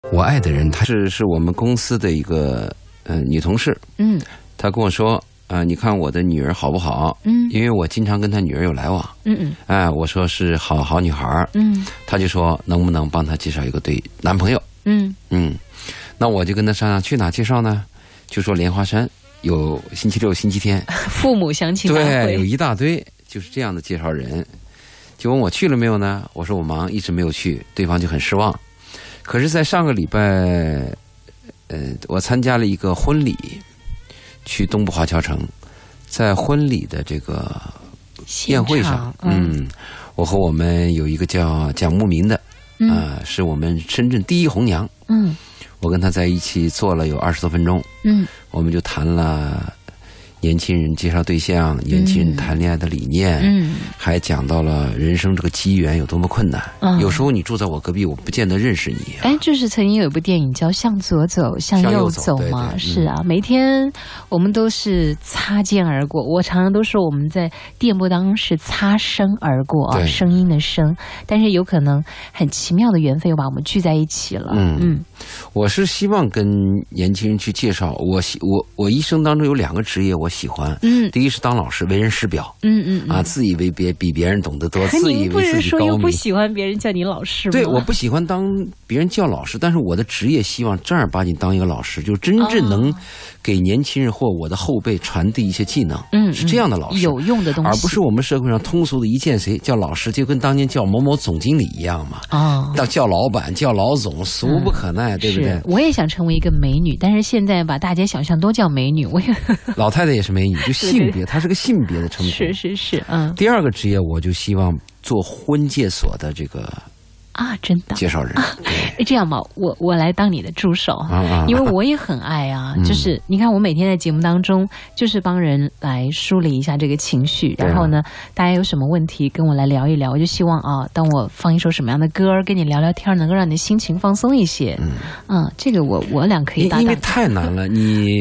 我爱的人，她是我们公司的一个女同事，她跟我说你看我的女儿好不好？因为我经常跟她女儿有来往，我说是好女孩，她就说能不能帮她介绍一个对男朋友，那我就跟她商量去哪介绍呢？就说莲花山有星期六、星期天父母相亲大会， 对，有一大堆就是这样的介绍人。就问我去了没有呢？我说我忙，一直没有去，对方就很失望。可是，在上个礼拜，我参加了一个婚礼，去东部华侨城，在婚礼的这个宴会上，我和我们有一个叫蒋慕明的，是我们深圳第一红娘，我跟他在一起坐了有20多分钟，我们就谈了年轻人介绍对象，年轻人谈恋爱的理念，还讲到了人生这个机缘有多么困难。有时候你住在我隔壁，我不见得认识你。 就是曾经有一部电影叫《向左走，向右走》嘛，是啊，每天我们都是擦肩而过。我常常都说我们在电波当中是擦身而过啊，声音的声，但是有可能很奇妙的缘分又把我们聚在一起了。 我是希望跟年轻人去介绍，我一生当中有2个职业我喜欢，第一是当老师，为人师表，自以为比别人懂得多，自以为自己高明。 不是说又不喜欢别人叫你老师吗？ 对，我不喜欢当别人叫老师，但是我的职业希望正儿八经当一个老师，就真正能给年轻人或我的后辈传递一些技能，是这样的老师， 有用的东西， 而不是我们社会上通俗的一见谁叫老师，就跟当年叫某某总经理一样嘛。叫老板叫老总俗不可耐，对不对？ 我也想成为一个美女，但是现在把大街小巷都叫美女，我也老太太也是美女，就性别，它是个性别的称呼。 是。 第2个职业，我就希望做婚介所的这个真的介绍人。 这样吧，我来当你的助手，因为我也很爱啊。就是你看，我每天在节目当中，就是帮人来梳理一下这个情绪，然后呢，大家有什么问题跟我来聊一聊，我就希望当我放一首什么样的歌跟你聊聊天，能够让你的心情放松一些。这个我俩可以搭档， 因为太难了。你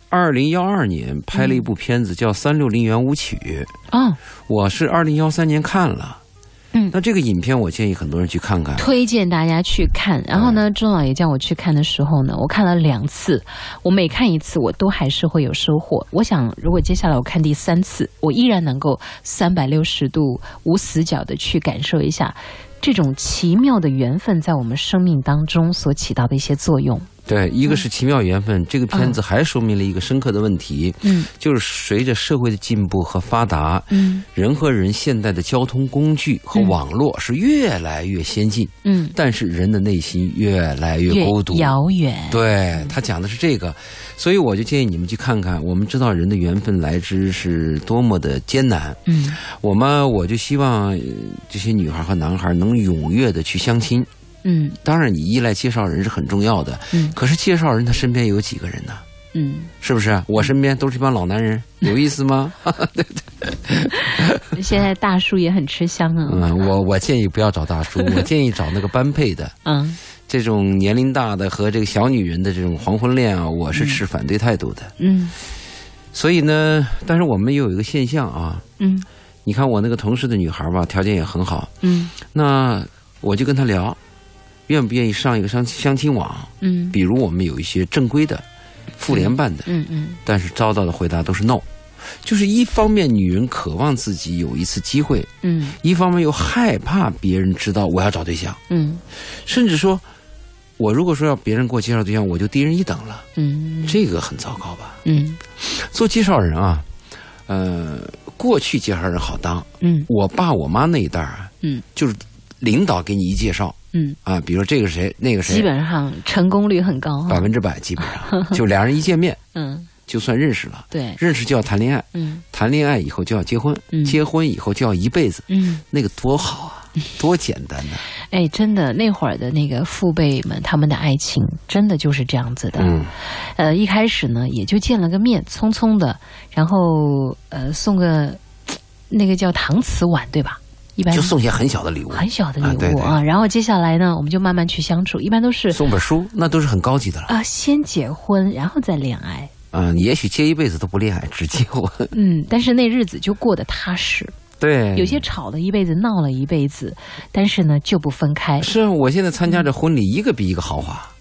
2012年拍了一部片子叫《360圆舞曲》，我是2013年看了。那这个影片我建议很多人去看看， 推荐大家去看。然后呢，钟老爷叫我去看的时候呢，我看了2次，我每看一次我都还是会有收获。我想如果接下来我看第3次，我依然能够360度无死角的去感受一下这种奇妙的缘分在我们生命当中所起到的一些作用。 对，一个是奇妙缘分，这个片子还说明了一个深刻的问题，就是随着社会的进步和发达，人和人现代的交通工具和网络是越来越先进，但是人的内心越来越孤独、 遥远。对， 他讲的是这个，所以我就建议你们去看看。我们知道人的缘分来之是多么的艰难，我就希望这些女孩和男孩能踊跃的去相亲。当然你依赖介绍人是很重要的，可是介绍人他身边有几个人呢？是不是？我身边都是一帮老男人，有意思吗？对。 现在大叔也很吃香啊。 我建议不要找大叔，我建议找那个般配的。这种年龄大的和这个小女人的这种黄昏恋啊，我是持反对态度的。所以呢，但是我们又有一个现象啊。你看我那个同事的女孩吧，条件也很好。那我就跟她聊。愿不愿意上一个相亲网？比如我们有一些正规的、妇联办的，但是遭到的回答都是 no。就是一方面女人渴望自己有一次机会，一方面又害怕别人知道我要找对象，甚至说，我如果说要别人给我介绍对象，我就低人一等了，这个很糟糕吧？做介绍人啊，过去介绍人好当，我爸我妈那一代啊，就是领导给你一介绍。比如这个谁那个谁， 基本上成功率很高 ，100%基本上就2人一见面，就算认识了。对，认识就要谈恋爱，谈恋爱以后就要结婚，结婚以后就要一辈子，那个多好啊，多简单呢。 真的那会儿的那个父辈们，他们的爱情真的就是这样子的。一开始呢也就见了个面，匆匆的，然后送个那个叫搪瓷碗，对吧？一般就送些很小的礼物， 很小的礼物啊。然后接下来呢，我们就慢慢去相处，一般都是送本书，那都是很高级的了。 先结婚，然后再恋爱。 也许结一辈子都不恋爱，只结婚。 但是那日子就过得踏实。 对， 有些吵了一辈子，闹了一辈子，但是呢就不分开。 是我现在参加这婚礼，一个比一个豪华。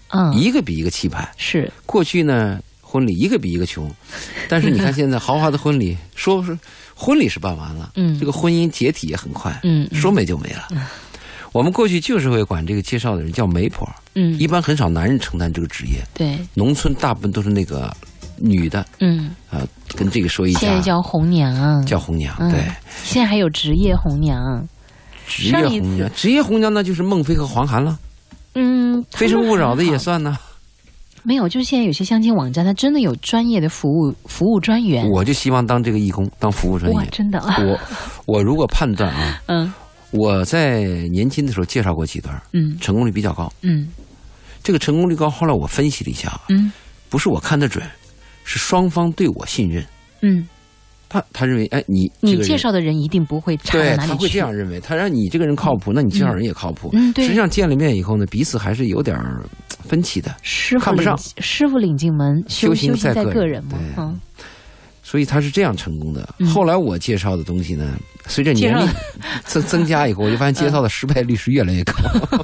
一个比一个气派。 是过去呢，婚礼一个比一个穷，但是你看现在豪华的婚礼，说是婚礼是办完了，这个婚姻解体也很快，说没就没了。我们过去就是会管这个介绍的人叫媒婆，一般很少男人承担这个职业。对，农村大部分都是那个女的，跟这个说一下。 现在叫红娘， 叫红娘，对。 现在还有职业红娘， 职业红娘那就是孟非和黄涵了。非诚勿扰的也算呢。 没有，就是现在有些相亲网站，它真的有专业的服务专员。 我就希望当这个义工，当服务专员。 哇，真的啊！ 我如果判断啊，我在年轻的时候介绍过几段，成功率比较高，这个成功率高。后来我分析了一下，不是我看得准，是双方对我信任，他认为，哎，你介绍的人一定不会差到哪里去。 对，他会这样认为，他让你这个人靠谱，那你介绍人也靠谱。对。实际上见了面以后呢，彼此还是有点分歧的，看不上。 师傅领进门，修行在个人嘛。 所以他是这样成功的。后来我介绍的东西呢，随着年龄增加以后，我就发现介绍的失败率是越来越高。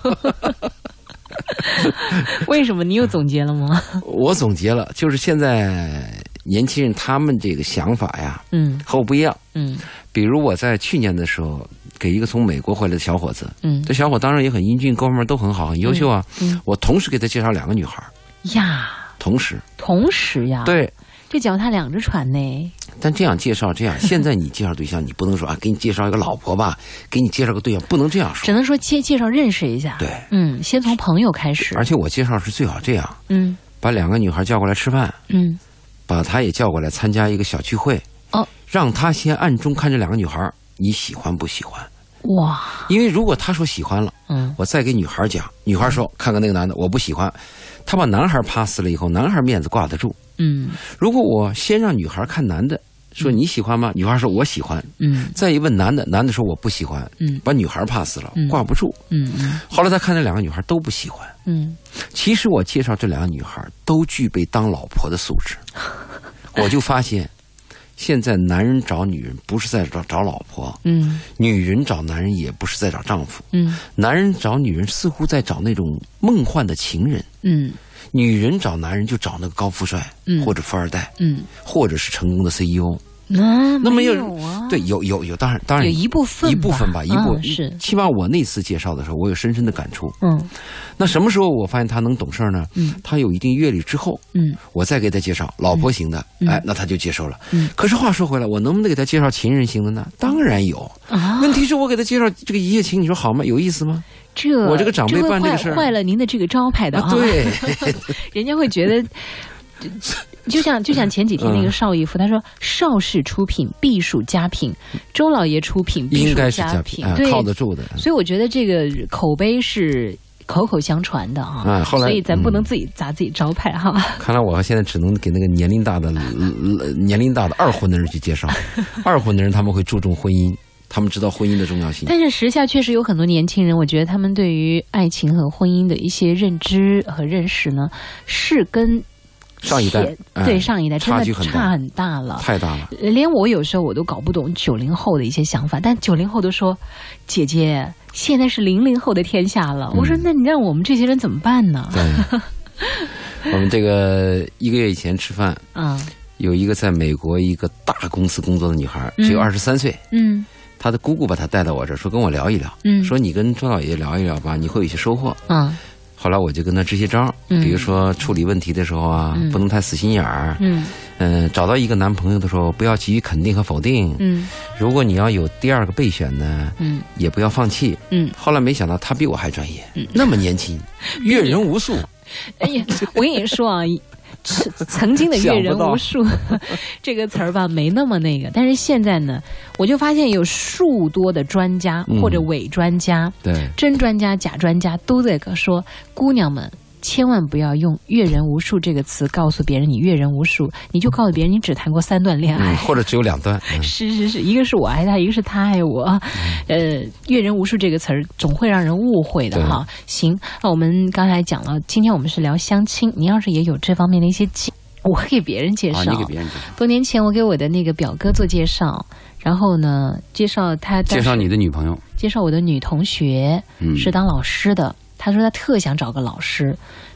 为什么？你又总结了吗？ 我总结了，就是现在年轻人他们这个想法呀，和我不一样。比如我在去年的时候，给一个从美国回来的小伙子，这小伙当然也很英俊，各方面都很好，很优秀啊。我同时给他介绍2个女孩呀， 同时呀，对。 这脚踏2只船呢。 但这样介绍，现在你介绍对象，你不能说啊，给你介绍一个老婆吧，给你介绍个对象，不能这样说， 只能说介绍认识一下。 对， 先从朋友开始。 而且我介绍是最好这样，把2个女孩叫过来吃饭，把她也叫过来参加一个小聚会，让她先暗中看这2个女孩，你喜欢不喜欢？ 哇！ 因为如果她说喜欢了，我再给女孩讲，女孩说看看那个男的，我不喜欢。他把男孩pass了以后，男孩面子挂得住。如果我先让女孩看男的，说你喜欢吗？女孩说我喜欢。再一问男的，男的说我不喜欢。把女孩pass了，挂不住。后来他看那2个女孩都不喜欢。其实我介绍这2个女孩都具备当老婆的素质。我就发现，现在男人找女人不是在找老婆，女人找男人也不是在找丈夫，男人找女人似乎在找那种梦幻的情人，女人找男人就找那个高富帅，或者富二代，或者是成功的 CEO。那么有啊？对，有，当然有一部分吧，是。起码我那次介绍的时候，我有深深的感触。那什么时候我发现他能懂事呢？他有一定阅历之后，我再给他介绍老婆型的，那他就接受了。可是话说回来，我能不能给他介绍情人型的呢？当然有。问题是我给他介绍这个一夜情，你说好吗？有意思吗？我这个长辈办这个事儿， 坏了您的这个招牌的啊！ 对， 人家会觉得。就像前几天那个邵逸夫，他说邵氏出品必属佳品，周老爷出品必属佳品，对， 靠得住的。 所以我觉得这个口碑是口口相传的啊。后来所以咱不能自己砸自己招牌哈。 看来我现在只能给那个年龄大的二婚的人去介绍，二婚的人他们会注重婚姻。他们知道婚姻的重要性， 但是时下确实有很多年轻人，我觉得他们对于爱情和婚姻的一些认知和认识呢，是跟上一代真的差很大了， 太大了。 连我有时候我都搞不懂90后的一些想法，但90后都说：“姐姐，现在是00后的天下了。”我说：“那你让我们这些人怎么办呢？” 对，我们这个1个月以前吃饭，有一个在美国一个大公司工作的女孩，只有23岁，她的姑姑把她带到我这儿，说跟我聊一聊，说你跟周老爷聊一聊吧，你会有一些收获。后来我就跟他支些招，比如说处理问题的时候啊，不能太死心眼儿。找到一个男朋友的时候，不要急于肯定和否定。如果你要有第2个备选呢，也不要放弃。后来没想到他比我还专业，那么年轻，阅人无数。 哎呀，我跟你说啊。曾经的阅人无数这个词儿吧，没那么那个，但是现在呢，我就发现有数多的专家或者伪专家， 对， 真专家假专家都在说，姑娘们千万不要用阅人无数这个词告诉别人你阅人无数，你就告诉别人你只谈过3段恋爱， 或者只有2段。 是，一个是我爱他，一个是他爱我。阅人无数这个词儿总会让人误会的哈。行，那我们刚才讲了，今天我们是聊相亲，你要是也有这方面的一些我给别人介绍。 你给别人介绍。 多年前我给我的那个表哥做介绍，然后呢介绍你的女朋友， 介绍我的女同学，是当老师的。他说他特想找个老师，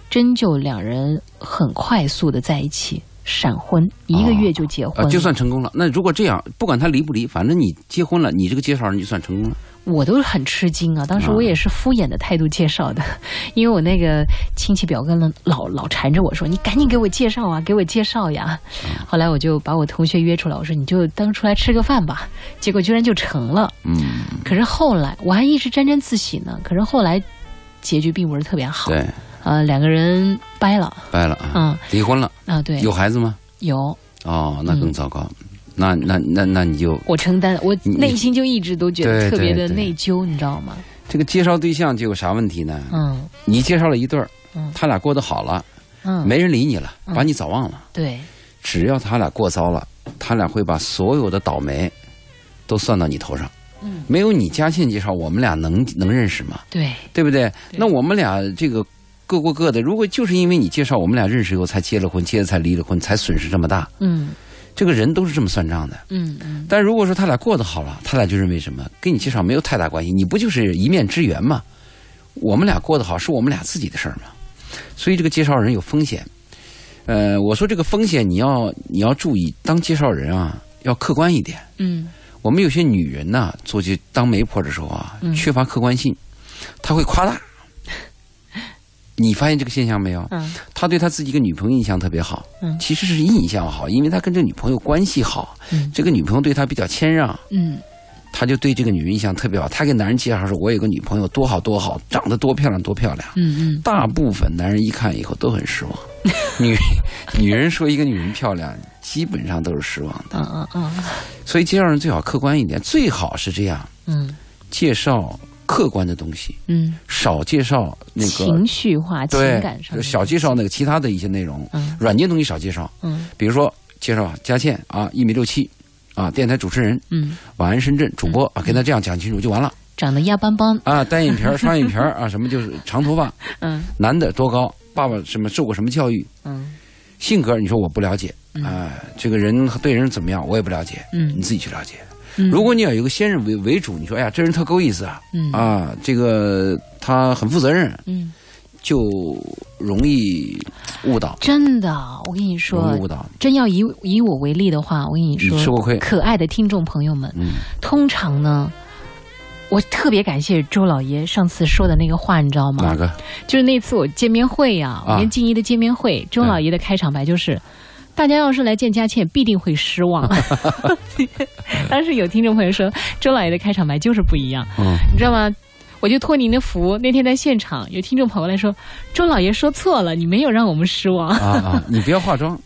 真就两人很快速的在一起，闪婚1个月就结婚了， 就算成功了。那如果这样，不管他离不离，反正你结婚了，你这个介绍人就算成功了。 我都很吃惊啊！当时我也是敷衍的态度介绍的，因为我那个亲戚表哥呢老缠着我说：“你赶紧给我介绍啊，给我介绍呀！”后来我就把我同学约出来，我说：“你就当出来吃个饭吧。”结果居然就成了。可是后来我还一直沾沾自喜呢。可是后来结局并不是特别好。 对。 两个人掰了， 离婚了啊，对， 有孩子吗？ 有。 哦，那更糟糕。那你就我承担，我内心就一直都觉得特别的内疚，你知道吗？ 这个介绍对象就有啥问题呢？你介绍了一对儿，他俩过得好了，没人理你了，把你早忘了。 对， 只要他俩过糟了，他俩会把所有的倒霉都算到你头上。没有你佳倩介绍，我们俩能认识吗？对不对？那我们俩这个各过各的，如果就是因为你介绍，我们俩认识以后才结了婚，接着才离了婚，才损失这么大。这个人都是这么算账的。但如果说他俩过得好了，他俩就认为什么跟你介绍没有太大关系，你不就是一面之缘吗？我们俩过得好是我们俩自己的事儿嘛。所以这个介绍人有风险。我说这个风险你要注意，当介绍人啊要客观一点。我们有些女人呢，当媒婆的时候啊，缺乏客观性，她会夸大。你发现这个现象没有？他对他自己一个女朋友印象特别好，其实是印象好，因为他跟这个女朋友关系好，这个女朋友对他比较谦让，他就对这个女人印象特别好。他给男人介绍说：“我有个女朋友多好多好，长得多漂亮多漂亮。”大部分男人一看以后都很失望。女人说一个女人漂亮，基本上都是失望的。所以介绍人最好客观一点，最好是这样。介绍客观的东西，少介绍那个情绪化、情感上， 少介绍那个其他的一些内容，软件东西少介绍，比如说介绍佳倩啊，1.67米啊，电台主持人，晚安深圳主播啊，跟他这样讲清楚就完了。 长得压邦邦啊，单眼皮儿、双眼皮儿啊，什么就是长头发，男的多高，爸爸什么受过什么教育，性格你说我不了解，这个人对人怎么样我也不了解，你自己去了解。如果你要有一个先入为主，你说哎呀，这人特够意思啊，这个他很负责任，就容易误导。 真的，我跟你说，真要以我为例的话，我跟你说， 吃过亏。 可爱的听众朋友们，通常呢，我特别感谢周老爷上次说的那个话，你知道吗？ 哪个？ 就是那次我见面会呀，我跟静怡的见面会，周老爷的开场白就是。大家要是来见佳倩，必定会失望。当时有听众朋友说，周老爷的开场白就是不一样，你知道吗？我就托您的福，那天在现场有听众朋友来说，周老爷说错了，你没有让我们失望啊！你不要化妆，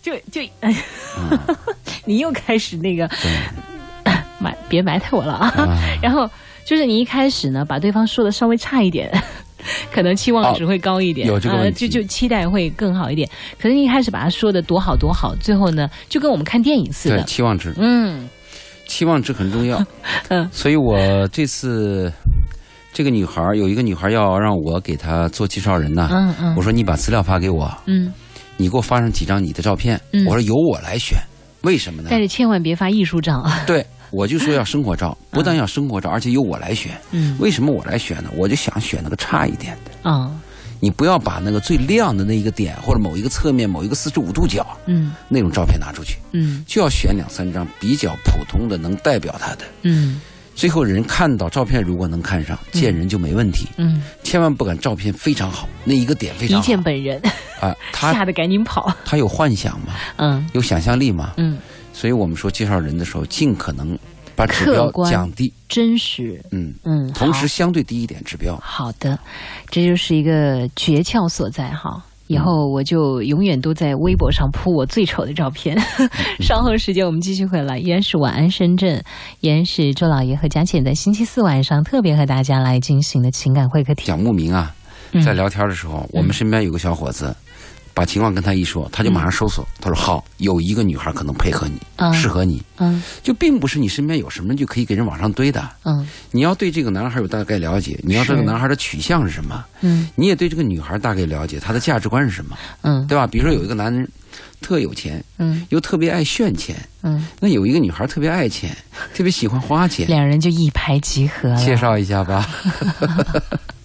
你又开始那个，别埋汰我了啊！然后就是你一开始呢，把对方说的稍微差一点。可能期望值会高一点， 有这个问题， 就期待会更好一点。可是你一开始把他说的多好多好，最后呢，就跟我们看电影似的。 对，期望值，期望值很重要。所以我这次这个女孩有一个女孩要让我给她做介绍人呢，我说你把资料发给我，你给我发上几张你的照片，我说由我来选，为什么呢？ 但是千万别发艺术照啊。 对。我就说要生活照，不但要生活照，而且由我来选。为什么我来选呢？我就想选那个差一点的。你不要把那个最亮的那一个点，或者某一个侧面、某一个45度角，那种照片拿出去。就要选2-3张比较普通的，能代表他的。最后人看到照片，如果能看上，见人就没问题。千万不敢照片非常好，那一个点非常好， 一见本人啊，吓得赶紧跑。 他有幻想吗？有想象力吗？所以我们说介绍人的时候，尽可能把指标降低， 真实， 同时相对低一点指标。 好的，这就是一个诀窍所在哈。以后我就永远都在微博上铺我最丑的照片。稍后时间我们继续回来，依然是晚安深圳，依然是周老爷和佳倩在星期4晚上特别和大家来进行的情感会客厅。 蒋慕明啊，在聊天的时候，我们身边有个小伙子。把情况跟他一说，他就马上搜索。他说：“好，有一个女孩可能配合你，适合你。就并不是你身边有什么就可以给人往上堆的。你要对这个男孩有大概了解，你要这个男孩的取向是什么。你也对这个女孩大概了解，她的价值观是什么。对吧？比如说有一个男人特有钱，又特别爱炫钱，那有一个女孩特别爱钱，特别喜欢花钱， 两人就一拍即合了。 介绍一下吧。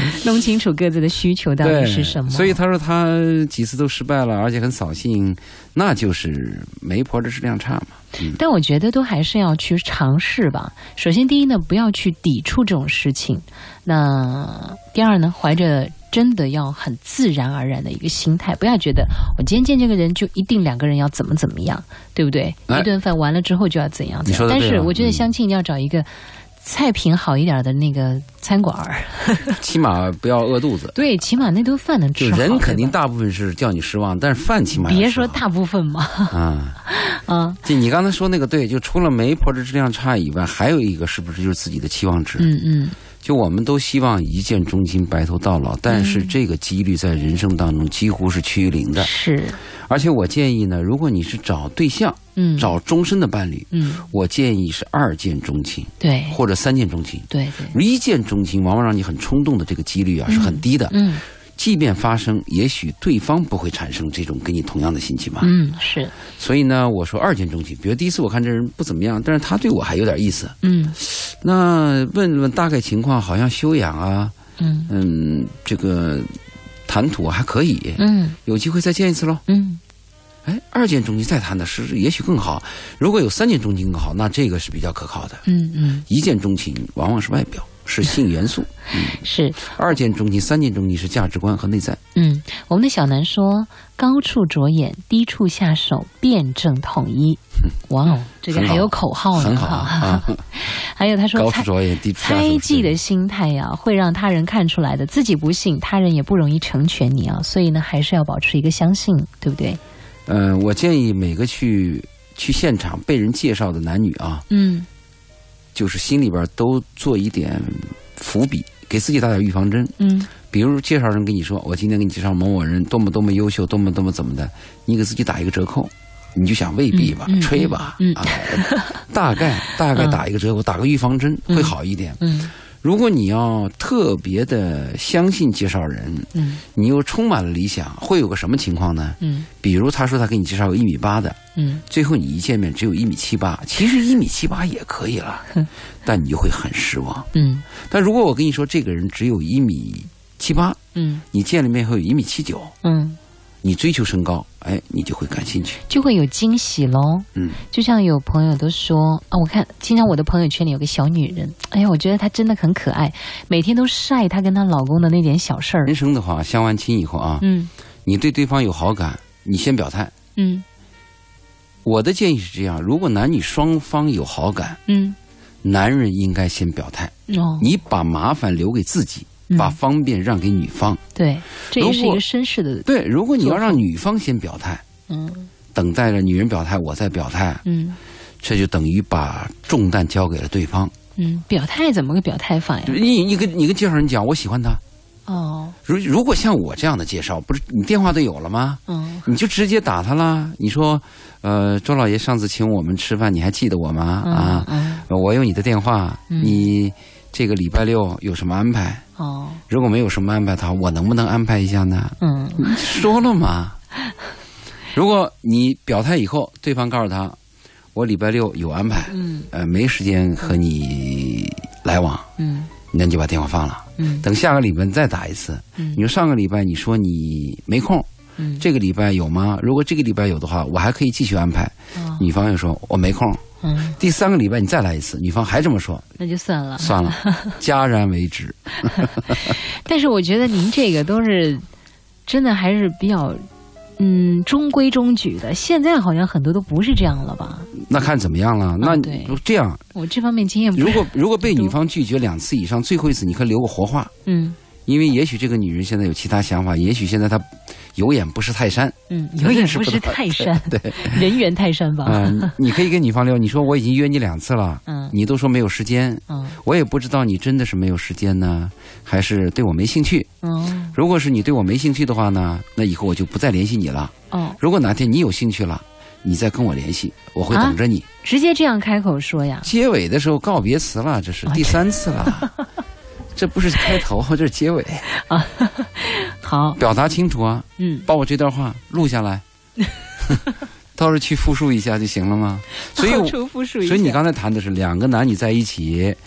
弄清楚各自的需求到底是什么。 所以他说他几次都失败了，而且很扫兴，那就是媒婆的质量差嘛。 但我觉得都还是要去尝试吧。首先第一呢，不要去抵触这种事情，那第二呢，怀着真的要很自然而然的一个心态，不要觉得我今天见这个人就一定两个人要怎么样，对不对？一顿饭完了之后就要怎样。但是我觉得相亲要找一个菜品好一点的那个餐馆起码不要饿肚子。 对，起码那顿饭能吃好。 人肯定大部分是叫你失望，但是饭起码别说大部分嘛。 就你刚才说那个对，就除了媒婆的质量差以外，还有一个是不是就是自己的期望值？就我们都希望一见钟情白头到老，但是这个几率在人生当中几乎是趋于零的。 是， 而且我建议呢，如果你是找对象，找终身的伴侣，我建议是2见钟情， 对， 或者3见钟情， 对 ，1见钟情往往让你很冲动的这个几率啊是很低的，即便发生，也许对方不会产生这种跟你同样的心情嘛。 是。 所以呢，我说2见钟情，比如第一次我看这人不怎么样，但是他对我还有点意思，那问问大概情况，好像修养啊，这个谈吐还可以，有机会再见一次喽。2见钟情再谈的是也许更好，如果有3见钟情更好，那这个是比较可靠的。1见钟情往往是外表，是性元素， 是 2见钟情、3见钟情是价值观和内在。 我们的小南说，高处着眼，低处下手，辩证统一。哇哦，这个还有口号呢， 很好。 还有他说， 高处着眼，低处下手， 猜忌的心态呀，会让他人看出来的，自己不信，他人也不容易成全你啊。所以呢，还是要保持一个相信，对不对？ 我建议每个去现场被人介绍的男女啊，就是心里边都做一点伏笔，给自己打点预防针。比如介绍人跟你说，我今天给你介绍某某人多么多么优秀，多么多么怎么的，你给自己打一个折扣，你就想未必吧，吹吧，大概打一个折扣，打个预防针会好一点。如果你要特别的相信介绍人，你又充满了理想，会有个什么情况呢？比如他说他给你介绍个1.8米的，最后你一见面只有1.78米，其实1.78米也可以了，但你就会很失望。但如果我跟你说这个人只有1.78米，你见了面后有1.79米，你追求身高，你就会感兴趣， 就会有惊喜喽。就像有朋友都说啊，我看经常我的朋友圈里有个小女人，哎呀，我觉得她真的很可爱，每天都晒她跟她老公的那点小事儿。 人生的话，相完亲以后啊，你对对方有好感，你先表态。我的建议是这样：如果男女双方有好感，男人应该先表态。你把麻烦留给自己。把方便让给女方， 对，这也是一个绅士的。 对，如果你要让女方先表态，等待着女人表态，我再表态，这就等于把重担交给了对方。 表态怎么个表态法呀？ 你跟介绍人讲，我喜欢他。如果像我这样的介绍，不是你电话都有了吗？你就直接打他啦。你说，周老爷上次请我们吃饭，你还记得我吗？我有你的电话，你这个礼拜6有什么安排？如果没有什么安排的话，我能不能安排一下呢？说了嘛。如果你表态以后，对方告诉他，我礼拜6有安排，没时间和你来往，那你就把电话放了。等下个礼拜再打一次。你说上个礼拜你说你没空，这个礼拜有吗？如果这个礼拜有的话，我还可以继续安排。女方又说我没空。第3个礼拜你再来一次，女方还这么说， 那就算了， 戛然为止。 但是我觉得您这个都是真的还是比较中规中矩的。现在好像很多都不是这样了吧？ 那看怎么样了。那这样， 我这方面经验不是。 如果被女方拒绝2次以上，最后一次你可以留个活话。因为也许这个女人现在有其他想法，也许现在她有眼不识泰山。 有眼不识泰山，对，人缘泰山吧。 你可以跟女方聊，你说我已经约你2次了，你都说没有时间，我也不知道你真的是没有时间呢，还是对我没兴趣。如果是你对我没兴趣的话呢，那以后我就不再联系你了。如果哪天你有兴趣了，你再跟我联系，我会等着你。 直接这样开口说呀？ 结尾的时候告别词了，这是第3次了。这不是开头，这是结尾啊！好， 表达清楚啊！把我这段话录下来，到时候去复述一下就行了吗？所以你刚才谈的是2个男女在一起，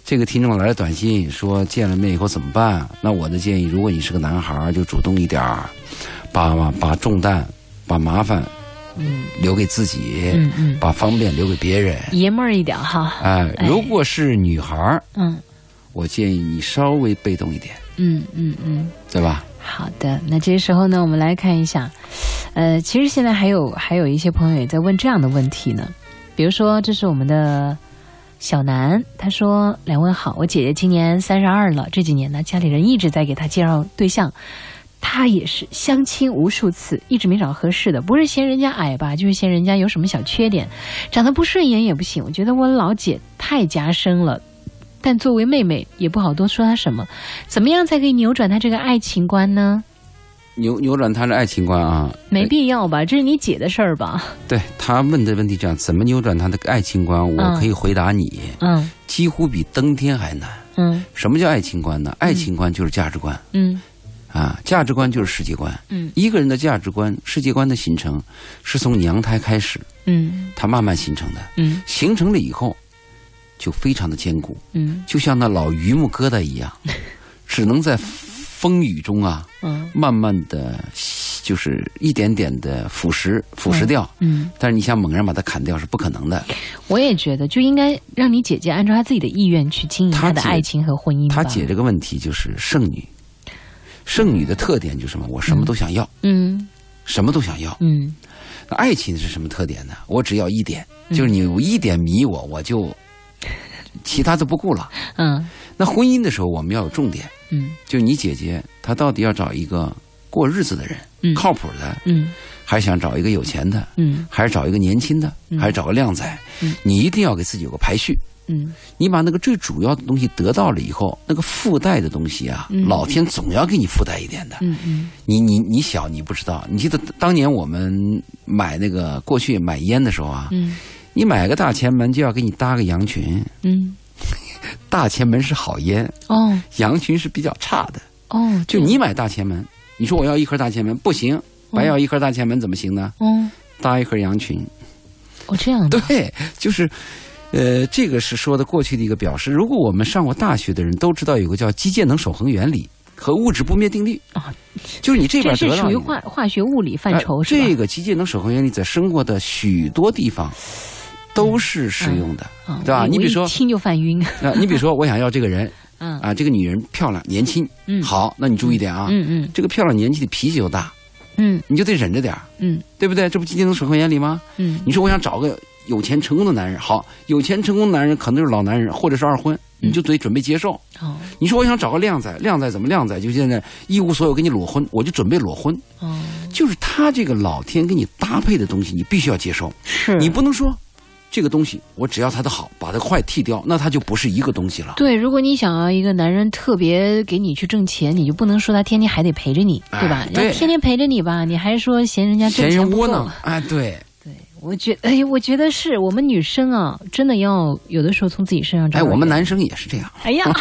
这个听众来了短信说见了面以后怎么办？那我的建议，如果你是个男孩，就主动一点，把重担、把麻烦，留给自己，把方便留给别人， 爷们儿一点哈。 如果是女孩，我建议你稍微被动一点，对吧？ 好的，那这时候呢，我们来看一下，其实现在还有一些朋友也在问这样的问题呢，比如说这是我们的小南，他说：“2位好，我姐姐今年32了，这几年呢，家里人一直在给她介绍对象，她也是相亲无数次，一直没找合适的，不是嫌人家矮吧，就是嫌人家有什么小缺点，长得不顺眼也不行。我觉得我老姐太夹生了。”但作为妹妹也不好多说她什么，怎么样才可以扭转她这个爱情观呢？ 扭转她的爱情观啊？ 没必要吧，这是你姐的事儿吧？ 对，她问的问题这样，怎么扭转她的爱情观？我可以回答你，几乎比登天还难。什么叫爱情观呢？爱情观就是价值观。价值观就是世界观。一个人的价值观、世界观的形成，是从娘胎开始，它慢慢形成的。形成了以后。就非常的坚固，就像那老榆木疙瘩一样，只能在风雨中啊，慢慢的，就是一点点的腐蚀掉，但是你想猛然把它砍掉是不可能的。我也觉得就应该让你姐姐按照她自己的意愿去经营她的爱情和婚姻。 她姐这个问题就是剩女，剩女的特点就是什么？我什么都想要，什么都想要，那爱情是什么特点呢？我只要一点，就是你有一点迷我就。其他都不顾了。那婚姻的时候我们要有重点。就你姐姐她到底要找一个过日子的人，靠谱的，还想找一个有钱的，还是找一个年轻的，还是找个靓仔，你一定要给自己有个排序。你把那个最主要的东西得到了以后，那个附带的东西啊，老天总要给你附带一点的。你小你不知道，你记得当年我们过去买烟的时候啊，你买个大前门就要给你搭个羊群，大前门是好烟，羊群是比较差的。就你买大前门，你说我要一盒大前门不行，白要一盒大前门怎么行呢？搭一盒羊群。 这样的。 对，就是这个是说的过去的一个表示。如果我们上过大学的人都知道有个叫机械能守恒原理和物质不灭定律就是你这边得到， 这是属于化学物理范畴，是吧？ 这个机械能守恒原理在生活的许多地方都是适用的，对吧？你比如说， 听就犯晕。 你比如说，我想要这个人，这个女人漂亮年轻，好，那你注意点啊，这个漂亮年轻的脾气又大，你就得忍着点，对不对？这不机械能守恒原理吗？你说我想找个有钱成功的男人，好，有钱成功的男人可能就是老男人或者是二婚，你就得准备接受。你说我想找个靓仔，靓仔怎么靓仔？就现在一无所有给你裸婚，我就准备裸婚。就是他这个老天给你搭配的东西，你必须要接受。 是你不能说。这个东西我只要它的好，把它坏剃掉，那它就不是一个东西了。 对，如果你想要一个男人特别给你去挣钱，你就不能说他天天还得陪着你，对吧？ 对， 天天陪着你吧，你还是说嫌人家挣钱不够？ 嫌人窝囊。对。 我觉得是我们女生啊，真的要有的时候从自己身上找。 我们男生也是这样。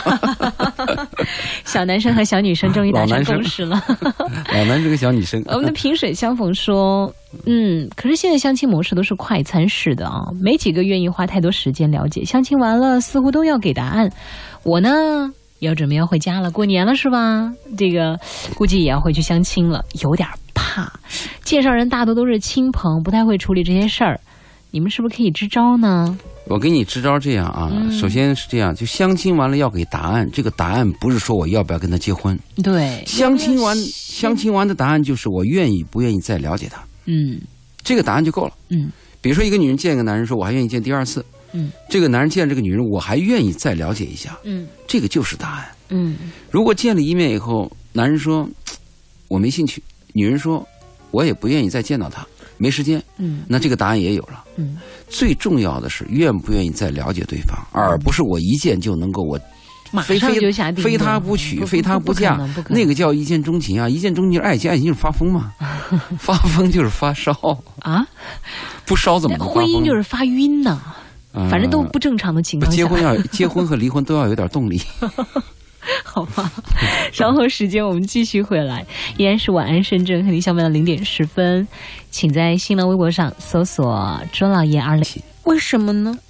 小男生和小女生终于达成共识了。 老男生和小女生。 我们的萍水相逢说，可是现在相亲模式都是快餐式的啊，没几个愿意花太多时间了解。相亲完了，似乎都要给答案。我呢，要准备要回家了，过年了是吧？这个估计也要回去相亲了，有点怕。介绍人大多都是亲朋，不太会处理这些事儿，你们是不是可以支招呢？ 我给你支招这样啊，首先是这样，就相亲完了要给答案，这个答案不是说我要不要跟他结婚， 对， 相亲完的答案就是我愿意不愿意再了解他，这个答案就够了，比如说一个女人见一个男人说我还愿意见第二次，这个男人见这个女人我还愿意再了解一下，这个就是答案，如果见了一面以后，男人说我没兴趣，女人说我也不愿意再见到他，没时间，那这个答案也有了，最重要的是愿不愿意再了解对方，而不是我一见就能够我马上就下定论， 非他不娶，非他不嫁，那个叫一见钟情啊！一见钟情就是爱情，爱情就是发疯嘛，发疯就是发烧啊，不烧怎么能发疯？ 婚姻就是发晕呢，反正都不正常的情况下。 结婚和离婚都要有点动力。 好吧，稍后时间我们继续回来，依然是晚安深圳，和你相伴到0点10分，请在新浪微博上搜索周老爷20。为什么呢？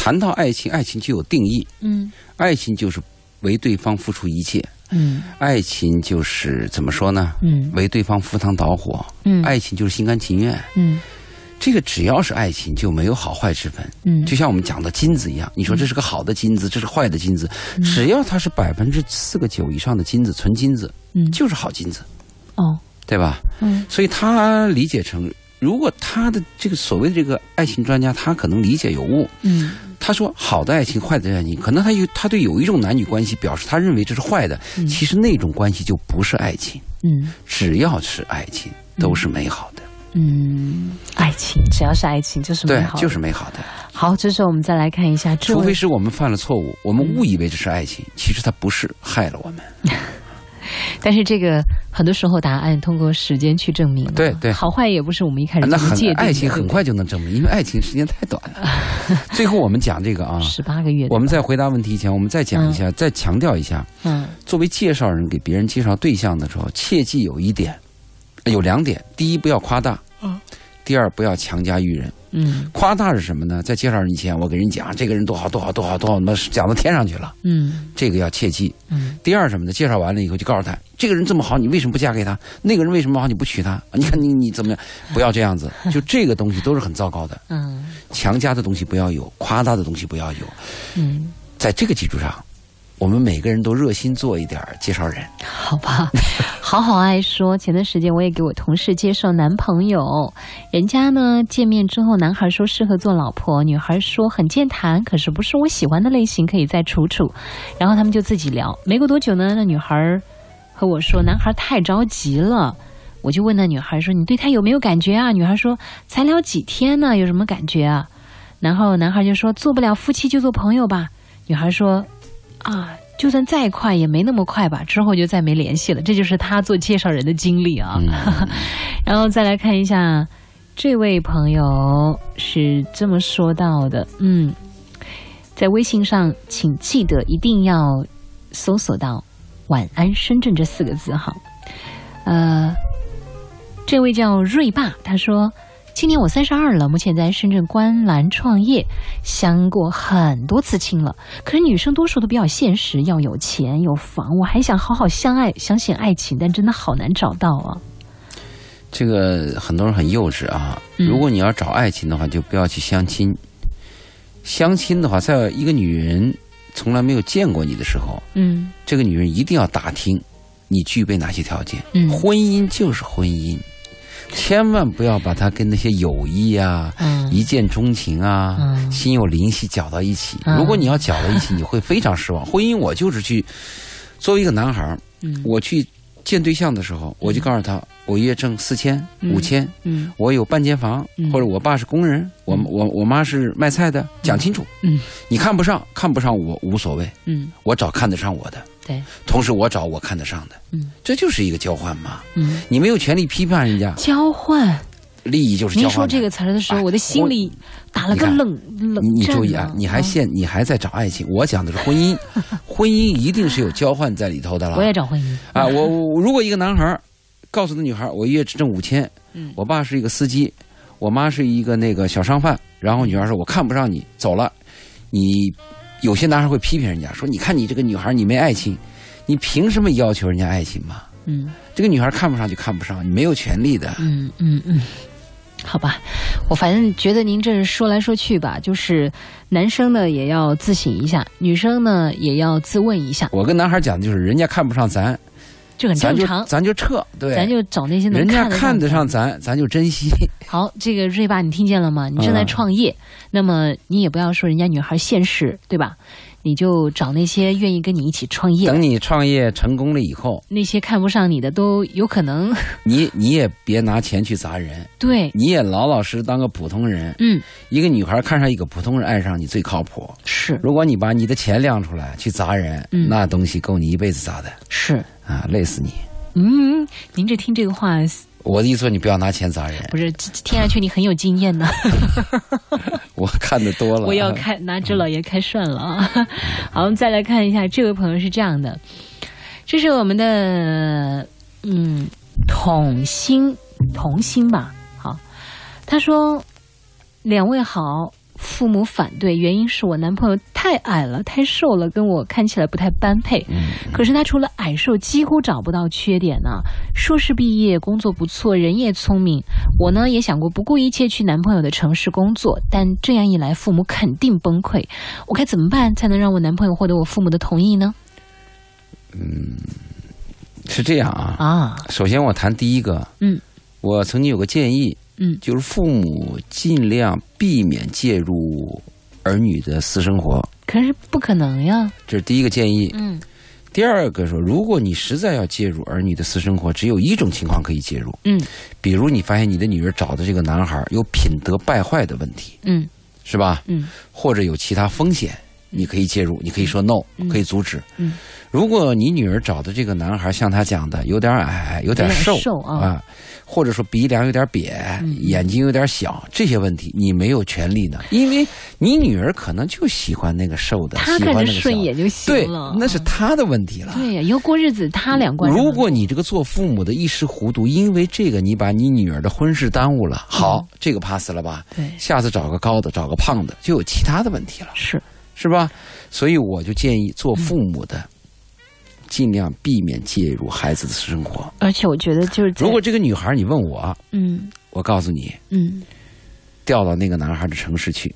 谈到爱情，爱情就有定义。爱情就是为对方付出一切。爱情就是怎么说呢？为对方赴汤蹈火。爱情就是心甘情愿。这个只要是爱情，就没有好坏之分。就像我们讲的金子一样，你说这是个好的金子，这是坏的金子，只要它是4%个9以上的金子，纯金子，就是好金子。对吧？所以他理解成，如果他的这个所谓的这个爱情专家，他可能理解有误。他说好的爱情，坏的爱情，可能他对有一种男女关系表示他认为这是坏的，其实那种关系就不是爱情。只要是爱情，都是美好的。 爱情只要是爱情就是美好的， 对，就是美好的。 好，这时候我们再来看一下， 除非是我们犯了错误，我们误以为这是爱情，其实它不是，害了我们。 但是这个很多时候答案通过时间去证明了， 对， 好坏也不是我们一开始就界定的。 爱情很快就能证明，因为爱情时间太短了。最后我们讲这个啊 ，18个月。我们在回答问题前，我们再讲一下，再强调一下。作为介绍人给别人介绍对象的时候，切记有2点：第一，不要夸大；第二，不要强加于人。夸大是什么呢？在介绍人以前，我给人讲这个人多好，讲到天上去了。这个要切记。第二什么呢？介绍完了以后就告诉他，这个人这么好，你为什么不嫁给他？那个人为什么好，你不娶他？你看你怎么样？不要这样子。就这个东西都是很糟糕的。强加的东西不要有，夸大的东西不要有。在这个基础上，我们每个人都热心做一点介绍人， 好吧？好爱说，前段时间我也给我同事介绍男朋友，人家呢见面之后，男孩说适合做老婆，女孩说很健谈，可是不是我喜欢的类型，可以再处处。然后他们就自己聊，没过多久呢，那女孩和我说，男孩太着急了。我就问那女孩说，你对他有没有感觉啊？女孩说，才聊几天呢，有什么感觉啊？然后男孩就说，做不了夫妻就做朋友吧。女孩说，就算再快也没那么快吧，之后就再没联系了。这就是他做介绍人的经历啊。然后再来看一下，这位朋友是这么说到的，在微信上请记得一定要搜索到晚安深圳这4个字哈。这位叫瑞爸，他说，今年我32了，目前在深圳观澜创业，相过很多次亲了。可是女生多数都比较现实，要有钱有房，我还想好好相爱，相信爱情，但真的好难找到啊。 这个很多人很幼稚啊。如果你要找爱情的话，就不要去相亲。相亲的话，在一个女人从来没有见过你的时候，这个女人一定要打听你具备哪些条件。婚姻就是婚姻。千万不要把它跟那些友谊啊、一见钟情啊、心有灵犀搅到一起。如果你要搅到一起，你会非常失望。婚姻我就是去作为一个男孩，我去见对象的时候，我就告诉他，我月挣4000、5000，我有半间房，或者我爸是工人，我妈是卖菜的，讲清楚。你看不上我无所谓，我找看得上我的。 对， 同时我找我看得上的，这就是一个交换嘛。你没有权利批判人家。 交换， 利益就是交换。 您说这个词儿的时候，我的心里打了个冷你注意啊，你还在找爱情，我讲的是婚姻，婚姻一定是有交换在里头的了。 我也找婚姻啊，我如果一个男孩告诉那女孩，我月只挣5000，我爸是一个司机，我妈是一个那个小商贩，然后女孩说我看不上你，走了，你。有些男孩会批评人家说，你看你这个女孩，你没爱情，你凭什么要求人家爱情嘛？这个女孩看不上就看不上，你没有权利的。 好吧，我反正觉得您这说来说去吧，就是男生呢也要自省一下，女生呢也要自问一下。 我跟男孩讲的就是，人家看不上咱， 这很正常， 咱就撤，对， 咱就找那些能人家看得上咱就珍惜。 好，这个瑞爸你听见了吗？你正在创业，那么你也不要说人家女孩现实，对吧？你就找那些愿意跟你一起创业。 等你创业成功了以后， 那些看不上你的都有可能。 你也别拿钱去砸人， 对， 你也老老实当个普通人。一个女孩看上一个普通人，爱上你最靠谱。 是， 如果你把你的钱亮出来去砸人，那东西够你一辈子砸的。 是啊，累死你。 您这听这个话。 我的意思说，你不要拿钱砸人。 不是，听下去你很有经验呢。 我看得多了， 我要拿周老爷开涮了啊！好，我们再来看一下，这位朋友是这样的，这是我们的童心吧。好，他说：2位好， 父母反对，原因是我男朋友太矮了，太瘦了，跟我看起来不太般配。可是他除了矮瘦几乎找不到缺点呢。硕士毕业，工作不错，人也聪明。我呢也想过不顾一切去男朋友的城市工作，但这样一来父母肯定崩溃。我该怎么办才能让我男朋友获得我父母的同意呢？ 是这样啊。首先我谈第一个，我曾经有个建议，就是父母尽量避免介入儿女的私生活。 可是不可能呀。 这是第一个建议。第二个说，如果你实在要介入儿女的私生活，只有一种情况可以介入。比如你发现你的女儿找的这个男孩有品德败坏的问题，是吧？或者有其他风险，你可以介入，你可以说 no，可以阻止。如果你女儿找的这个男孩像他讲的有点矮，有点瘦啊，或者说鼻梁有点扁，眼睛有点小，这些问题你没有权利呢，因为你女儿可能就喜欢那个瘦的， 她看着顺眼就行了。 对，那是她的问题了。 对呀，以后过日子她两关。 如果你这个做父母的一时糊涂，因为这个你把你女儿的婚事耽误了，好，这个 pass 了吧？对，下次找个高的，找个胖的，就有其他的问题了，是吧？所以我就建议做父母的，尽量避免介入孩子的私生活。 而且我觉得就是， 如果这个女孩你问我，我告诉你，调到那个男孩的城市去，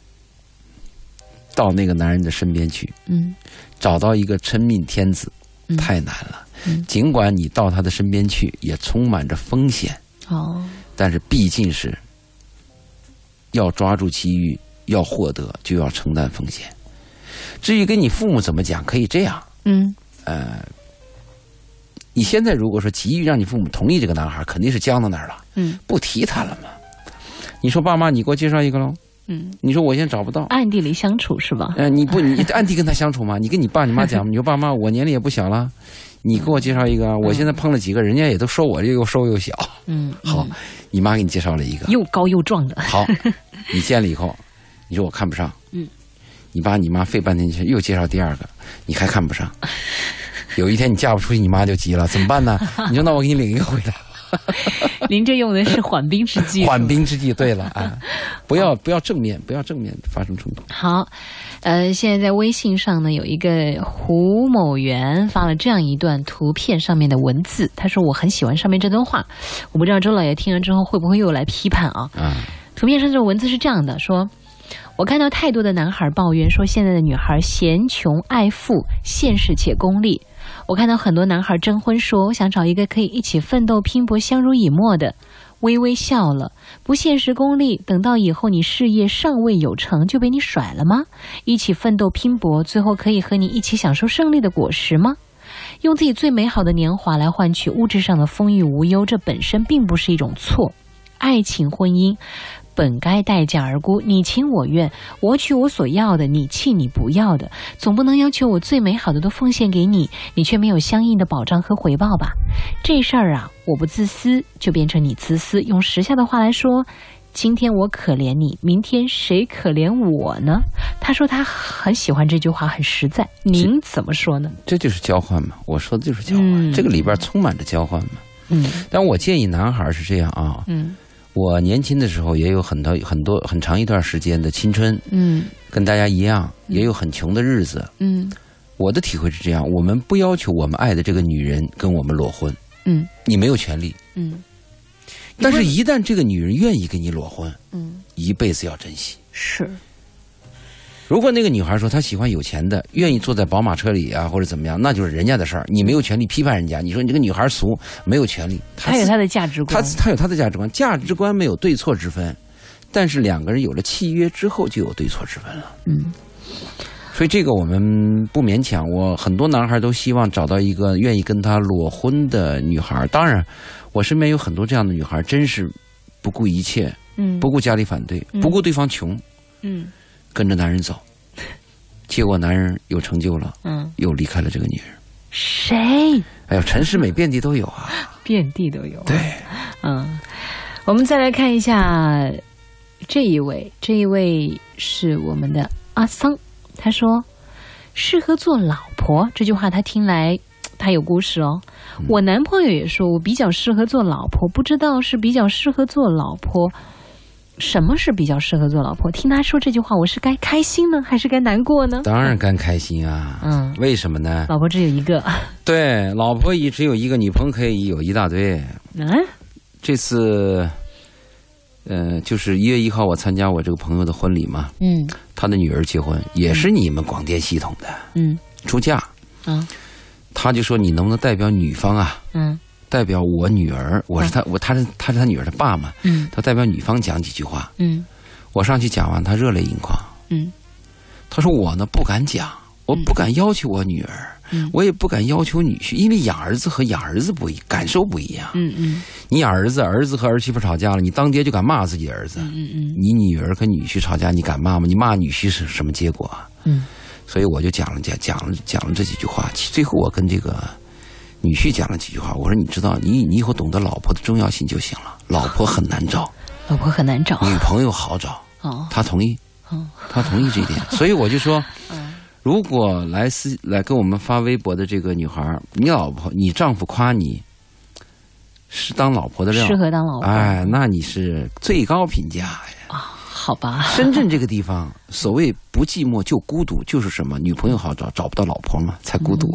到那个男人的身边去，找到一个真命天子，太难了。尽管你到他的身边去，也充满着风险，但是毕竟是要抓住机遇，要获得就要承担风险。至于跟你父母怎么讲，可以这样，你现在如果说急于让你父母同意这个男孩，肯定是僵到那儿了，不提他了嘛。你说爸妈，你给我介绍一个喽，你说我现在找不到， 暗地里相处是吧？ 你暗地跟他相处吗？你跟你爸你妈讲，你说爸妈，我年龄也不小了，你给我介绍一个，我现在碰了几个，人家也都说我这又瘦又小，好，你妈给你介绍了一个， 又高又壮的， 好，你见了以后，你说我看不上，你爸你妈费半天劲又介绍第二个，你还看不上，有一天你嫁不出去，你妈就急了，怎么办呢？你说那我给你领一个回来。 您这用的是缓兵之计。 缓兵之计，对了啊，不要正面发生冲突。好， 现在在微信上呢，有一个胡某元发了这样一段图片上面的文字，他说我很喜欢上面这段话，我不知道周老爷听了之后会不会又来批判啊？图片上这个文字是这样的，说我看到太多的男孩抱怨说现在的女孩嫌穷爱富，现实且功利。我看到很多男孩征婚说我想找一个可以一起奋斗拼搏相濡以沫的，微微笑了，不现实功利，等到以后你事业尚未有成就被你甩了吗？一起奋斗拼搏，最后可以和你一起享受胜利的果实吗？用自己最美好的年华来换取物质上的丰裕无忧，这本身并不是一种错。爱情婚姻本该待价而沽，你情我愿，我取我所要的，你弃你不要的，总不能要求我最美好的都奉献给你，你却没有相应的保障和回报吧？这事儿啊，我不自私，就变成你自私。用时下的话来说，今天我可怜你，明天谁可怜我呢？他说他很喜欢这句话，很实在。您怎么说呢？ 这就是交换嘛，我说的就是交换，这个里边充满着交换嘛。但我建议男孩是这样啊，我年轻的时候也有很长一段时间的青春，跟大家一样，也有很穷的日子，我的体会是这样，我们不要求我们爱的这个女人跟我们裸婚，你没有权利，但是一旦这个女人愿意跟你裸婚，一辈子要珍惜。 是。 如果那个女孩说她喜欢有钱的，愿意坐在宝马车里啊，或者怎么样，那就是人家的事儿，你没有权利批判人家。你说你这个女孩俗，没有权利。 她有她的价值观， 她有她的价值观，价值观没有对错之分，但是两个人有了契约之后就有对错之分了。所以这个我们不勉强。我很多男孩都希望找到一个愿意跟他裸婚的女孩。当然，我身边有很多这样的女孩，真是不顾一切，不顾家里反对，不顾对方穷，跟着男人走，结果男人有成就了，又离开了这个女人。 谁？ 哎呦，陈世美遍地都有啊， 遍地都有。 对， 我们再来看一下这一位是我们的阿桑，他说适合做老婆这句话他听来他有故事哦。我男朋友也说我比较适合做老婆，不知道是比较适合做老婆什么是比较适合做老婆？听他说这句话，我是该开心呢，还是该难过呢？ 当然该开心啊。为什么呢？ 老婆只有一个。 对，老婆只有一个，女朋友可以有一大堆。这次就是1月1号我参加我这个朋友的婚礼嘛。他的女儿结婚，也是你们广电系统的。出嫁。他就说你能不能代表女方啊？代表我女儿，他是他女儿的爸嘛。他代表女方讲几句话。我上去讲完，他热泪盈眶。他说我呢不敢讲，我不敢要求我女儿，我也不敢要求女婿，因为养儿子和养儿子不一，感受不一样。你养儿子和儿媳妇吵架了，你当爹就敢骂自己儿子。你女儿跟女婿吵架，你敢骂吗？你骂女婿是什么结果啊？所以我就讲了这几句话。最后我跟这个女婿讲了几句话，我说你知道，你以后懂得老婆的重要性就行了。老婆很难找，女朋友好找。他同意。他同意这一点。所以我就说，如果来跟我们发微博的这个女孩，你丈夫夸你是当老婆的料， 适合当老婆， 那你是最高评价呀。 好吧。 深圳这个地方，所谓不寂寞就孤独，就是什么女朋友好找，找不到老婆嘛，才孤独。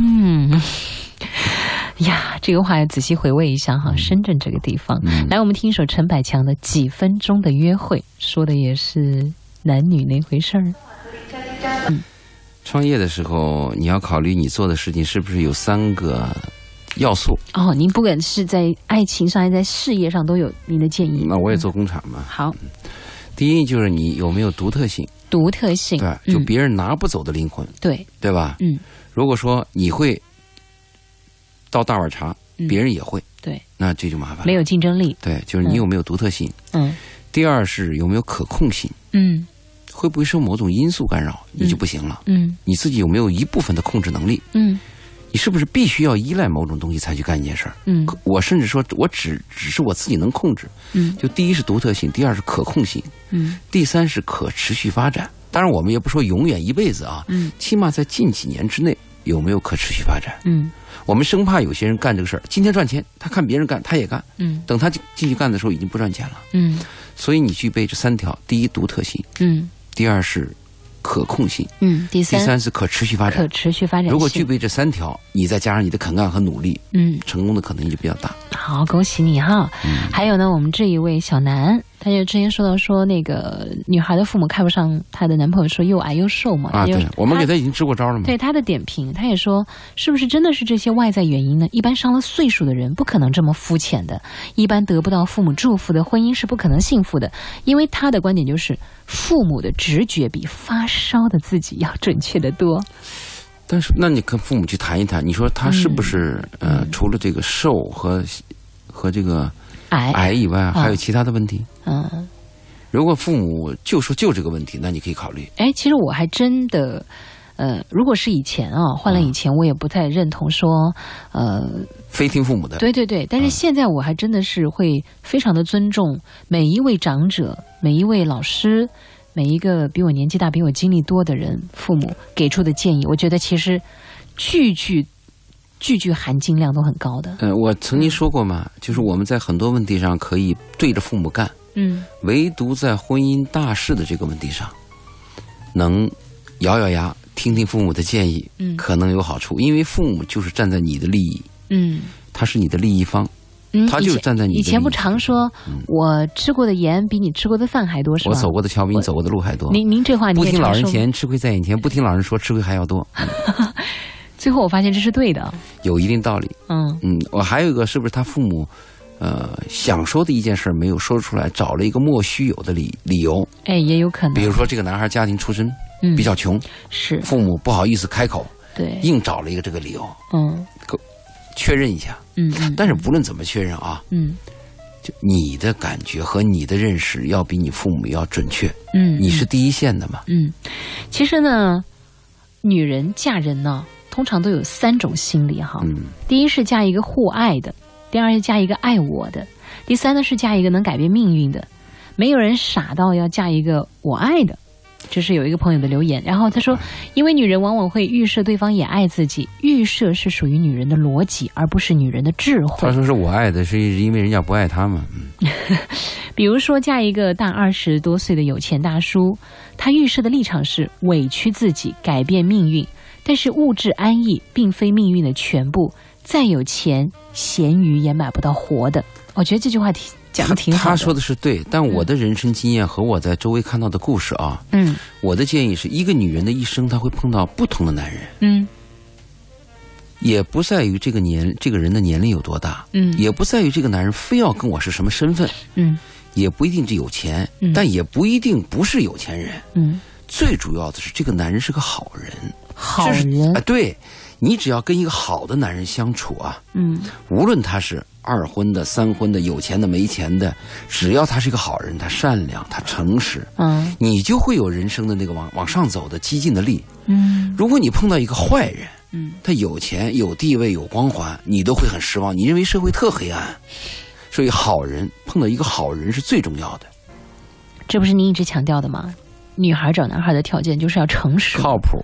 呀，这个话要仔细回味一下哈。深圳这个地方，来，我们听一首陈百强的《几分钟的约会》，说的也是男女那回事儿。 创业的时候，你要考虑你做的事情是不是有3个要素。 您不管是在爱情上还是在事业上都有您的建议。 那我也做工厂嘛。 好。 第一就是你有没有独特性。对，就别人拿不走的灵魂。对吧？如果说你会倒大碗茶，别人也会。对，那这就麻烦了， 没有竞争力。 对，就是你有没有独特性。第二是有没有可控性。会不会受某种因素干扰，你就不行了。你自己有没有一部分的控制能力。你是不是必须要依赖某种东西才去干一件事儿？我甚至说我只是我自己能控制。就第一是独特性，第二是可控性，第三是可持续发展。当然我们也不说永远一辈子啊，起码在近几年之内有没有可持续发展。我们生怕有些人干这个事儿，今天赚钱，他看别人干，他也干。等他进去干的时候已经不赚钱了。所以你具备这3条：第一，独特性；第二是可控性；第三是可持续发展。如果具备这3条，你再加上你的肯干和努力，成功的可能性就比较大。 好，恭喜你哈！还有呢，我们这一位小南，他就之前说到说那个女孩的父母看不上她的男朋友，说又矮又瘦嘛。 对，我们给他已经支过招了嘛。 对他的点评，他也说，是不是真的是这些外在原因呢？一般上了岁数的人不可能这么肤浅的，一般得不到父母祝福的婚姻是不可能幸福的，因为他的观点就是，父母的直觉比发烧的自己要准确得多。 但是，那你跟父母去谈一谈，你说他是不是除了这个瘦和这个矮以外，还有其他的问题？如果父母就说这个问题，那你可以考虑。 其实我还真的，如果是以前换了以前，我也不太认同说， 非听父母的。 对，但是现在我还真的是会非常的尊重每一位长者，每一位老师。每一个比我年纪大、比我经历多的人，父母给出的建议，我觉得其实句句含金量都很高的。 我曾经说过嘛，就是我们在很多问题上可以对着父母干，唯独在婚姻大事的这个问题上，能咬咬牙听听父母的建议，可能有好处，因为父母就是站在你的利益，他是你的利益方。他就是站在你的。 以前不常说，我吃过的盐比你吃过的饭还多，是吧？ 我走过的桥比你走过的路还多。 您这话你也常说。 不听老人言，吃亏在眼前；不听老人说，吃亏还要多。 最后我发现这是对的， 有一定道理。我还有一个，是不是他父母想说的一件事没有说出来，找了一个莫须有的理由？也有可能。比如说这个男孩家庭出身比较穷，是父母不好意思开口，对，硬找了一个这个理由。确认一下。但是不论怎么确认啊，就你的感觉和你的认识要比你父母要准确。你是第一线的嘛。 其实呢，女人嫁人呢，通常都有3种心理哈。第一是嫁一个互爱的，第二是嫁一个爱我的，第三呢是嫁一个能改变命运的。没有人傻到要嫁一个我爱的。这是有一个朋友的留言，然后他说，因为女人往往会预设对方也爱自己，预设是属于女人的逻辑，而不是女人的智慧。 他说是我爱的，是因为人家不爱他嘛。 比如说嫁一个大20多岁的有钱大叔，他预设的立场是委屈自己改变命运，但是物质安逸并非命运的全部，再有钱咸鱼也买不到活的。我觉得这句话讲得挺好的。 他说的是对，但我的人生经验和我在周围看到的故事啊，我的建议是一个女人的一生，她会碰到不同的男人，也不在于这个人的年龄有多大，也不在于这个男人非要跟我是什么身份，也不一定是有钱，但也不一定不是有钱人，最主要的是这个男人是个好人， 好人， 对，你只要跟一个好的男人相处啊，无论他是2婚的、3婚的、有钱的、没钱的，只要他是一个好人，他善良，他诚实，你就会有人生的那个往上走的激进的力。如果你碰到一个坏人，他有钱、有地位、有光环，你都会很失望，你认为社会特黑暗。所以好人碰到一个好人是最重要的。 这不是你一直强调的吗？女孩找男孩的条件就是要诚实、 靠谱。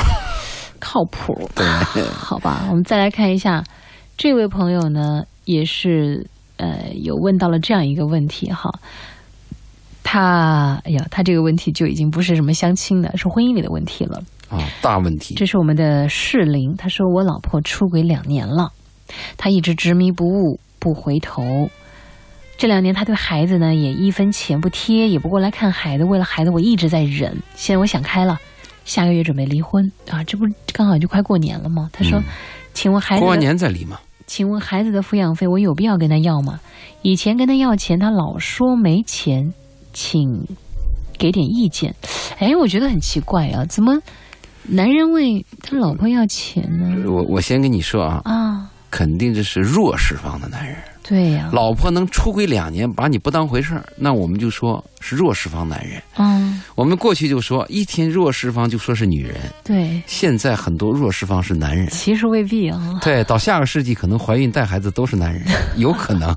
对，好吧，我们再来看一下，这位朋友呢，也是有问到了这样一个问题哈。他这个问题就已经不是什么相亲的，是婚姻里的问题了啊，大问题。 这是我们的适龄，他说我老婆出轨2年了，他一直执迷不悟，不回头。这2年他对孩子呢也1分钱不贴，也不过来看孩子，为了孩子我一直在忍。现在我想开了，下个月准备离婚啊，这不刚好就快过年了吗？他说，请问孩子过完年再离吗？ 请问孩子的抚养费我有必要跟他要吗？以前跟他要钱，他老说没钱，请给点意见。我觉得很奇怪啊，怎么男人为他老婆要钱呢？ 我先跟你说啊，肯定这是弱势方的男人。 对呀， 老婆能出轨2年，把你不当回事儿，那我们就说是弱势方男人。我们过去就说一听弱势方就说是女人， 对， 现在很多弱势方是男人， 其实未必啊。 对，到下个世纪可能怀孕带孩子都是男人，有可能。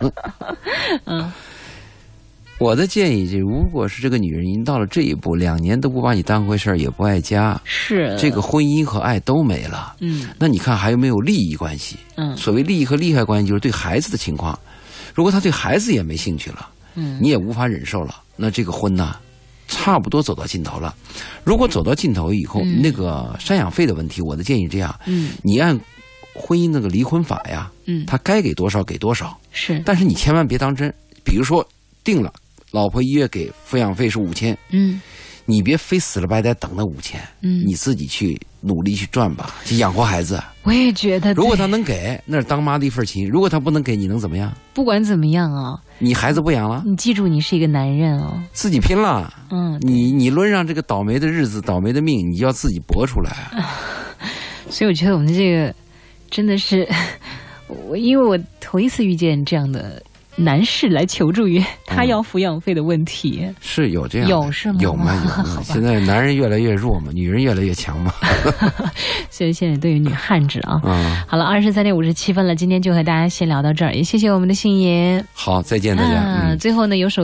我的建议就，如果是这个女人已经到了这一步，2年都不把你当回事儿，也不爱家， 是这个婚姻和爱都没了。那你看还有没有利益关系？所谓利益和利害关系，就是对孩子的情况。如果他对孩子也没兴趣了，你也无法忍受了，那这个婚呢，差不多走到尽头了。如果走到尽头以后，那个赡养费的问题，我的建议这样，你按婚姻那个离婚法呀，他该给多少给多少， 是， 但是你千万别当真。比如说定了，老婆1月给抚养费是5000，你别非死了白呆等那5000，你自己去努力去赚吧，去养活孩子。 我也觉得， 如果他能给，那是当妈的一份情；如果他不能给，你能怎么样？ 不管怎么样啊， 你孩子不养了， 你记住，你是一个男人哦， 自己拼了。你轮上这个倒霉的日子、倒霉的命，你要自己搏出来。 所以我觉得我们这个真的是，因为我头一次遇见这样的男士来求助于他要抚养费的问题， 是有这样的， 有是吗？ 有吗？现在男人越来越弱嘛，女人越来越强嘛。 所以现在都有女汉子啊。好了，23:57了，今天就和大家先聊到这儿，也谢谢我们的信言。 好，再见大家。 最后呢，有首